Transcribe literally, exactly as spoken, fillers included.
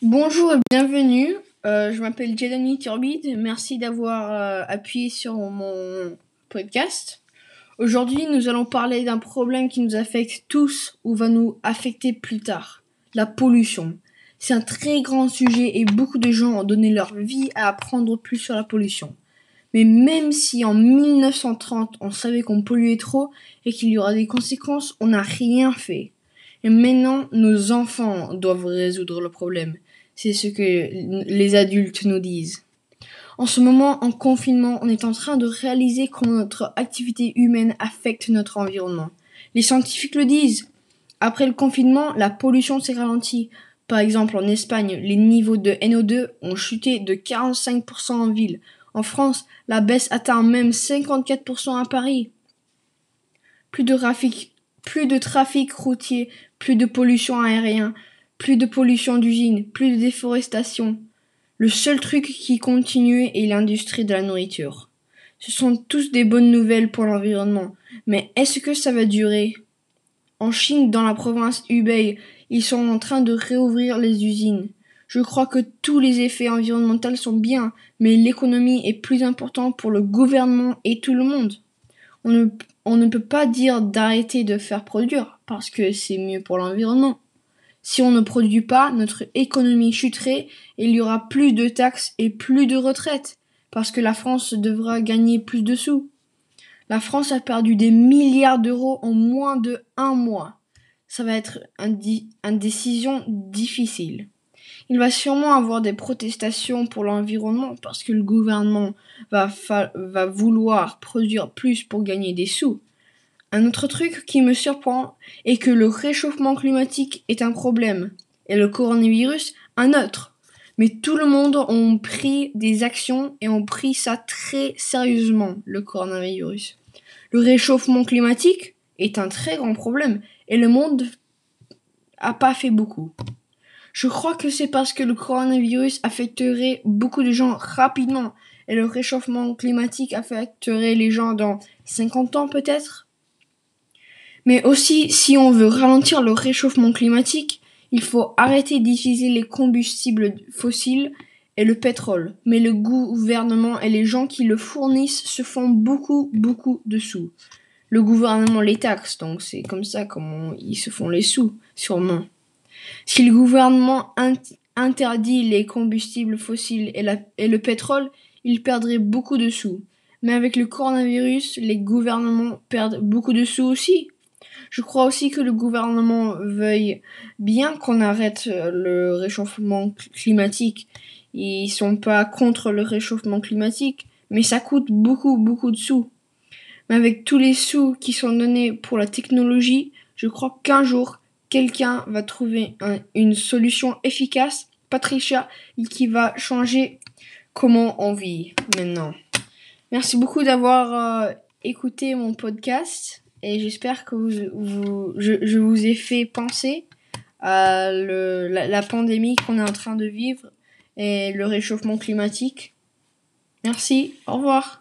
Bonjour et bienvenue. Euh, je m'appelle Jelani Turbide. Merci d'avoir euh, appuyé sur mon podcast. Aujourd'hui, nous allons parler d'un problème qui nous affecte tous ou va nous affecter plus tard. La pollution. C'est un très grand sujet et beaucoup de gens ont donné leur vie à apprendre plus sur la pollution. Mais même si en mille neuf cent trente, on savait qu'on polluait trop et qu'il y aura des conséquences, on n'a rien fait. Et maintenant, nos enfants doivent résoudre le problème. C'est ce que les adultes nous disent. En ce moment, en confinement, on est en train de réaliser comment notre activité humaine affecte notre environnement. Les scientifiques le disent. Après le confinement, la pollution s'est ralentie. Par exemple, en Espagne, les niveaux de N O deux ont chuté de quarante-cinq pour cent en ville. En France, la baisse atteint même cinquante-quatre pour cent à Paris. Plus de trafic, plus de trafic routier, plus de pollution aérienne, plus de pollution d'usine, plus de déforestation. Le seul truc qui continue est l'industrie de la nourriture. Ce sont tous des bonnes nouvelles pour l'environnement. Mais est-ce que ça va durer ? En Chine, dans la province Hubei, ils sont en train de réouvrir les usines. Je crois que tous les effets environnementaux sont bien, mais l'économie est plus importante pour le gouvernement et tout le monde. On ne, on ne peut pas dire d'arrêter de faire produire, parce que c'est mieux pour l'environnement. Si on ne produit pas, notre économie chuterait et il y aura plus de taxes et plus de retraites, parce que la France devra gagner plus de sous. La France a perdu des milliards d'euros en moins de un mois. Ça va être une di- une décision difficile. Il va sûrement avoir des protestations pour l'environnement parce que le gouvernement va, fa- va vouloir produire plus pour gagner des sous. Un autre truc qui me surprend est que le réchauffement climatique est un problème et le coronavirus un autre. Mais tout le monde a pris des actions et ont pris ça très sérieusement, le coronavirus. Le réchauffement climatique est un très grand problème et le monde n'a pas fait beaucoup. Je crois que c'est parce que le coronavirus affecterait beaucoup de gens rapidement et le réchauffement climatique affecterait les gens dans cinquante ans peut-être. Mais aussi, si on veut ralentir le réchauffement climatique, il faut arrêter d'utiliser les combustibles fossiles et le pétrole. Mais le gouvernement et les gens qui le fournissent se font beaucoup, beaucoup de sous. Le gouvernement les taxe, donc c'est comme ça comment ils se font les sous, sûrement. Si le gouvernement int- interdit les combustibles fossiles et, la, et le pétrole, il perdrait beaucoup de sous. Mais avec le coronavirus, les gouvernements perdent beaucoup de sous aussi. Je crois aussi que le gouvernement veuille bien qu'on arrête le réchauffement climatique. Ils sont pas contre le réchauffement climatique, mais ça coûte beaucoup, beaucoup de sous. Mais avec tous les sous qui sont donnés pour la technologie, je crois qu'un jour, quelqu'un va trouver un, une solution efficace, Patricia, qui va changer comment on vit maintenant. Merci beaucoup d'avoir euh, écouté mon podcast et j'espère que vous, vous, je, je vous ai fait penser à le, la, la pandémie qu'on est en train de vivre et le réchauffement climatique. Merci, au revoir.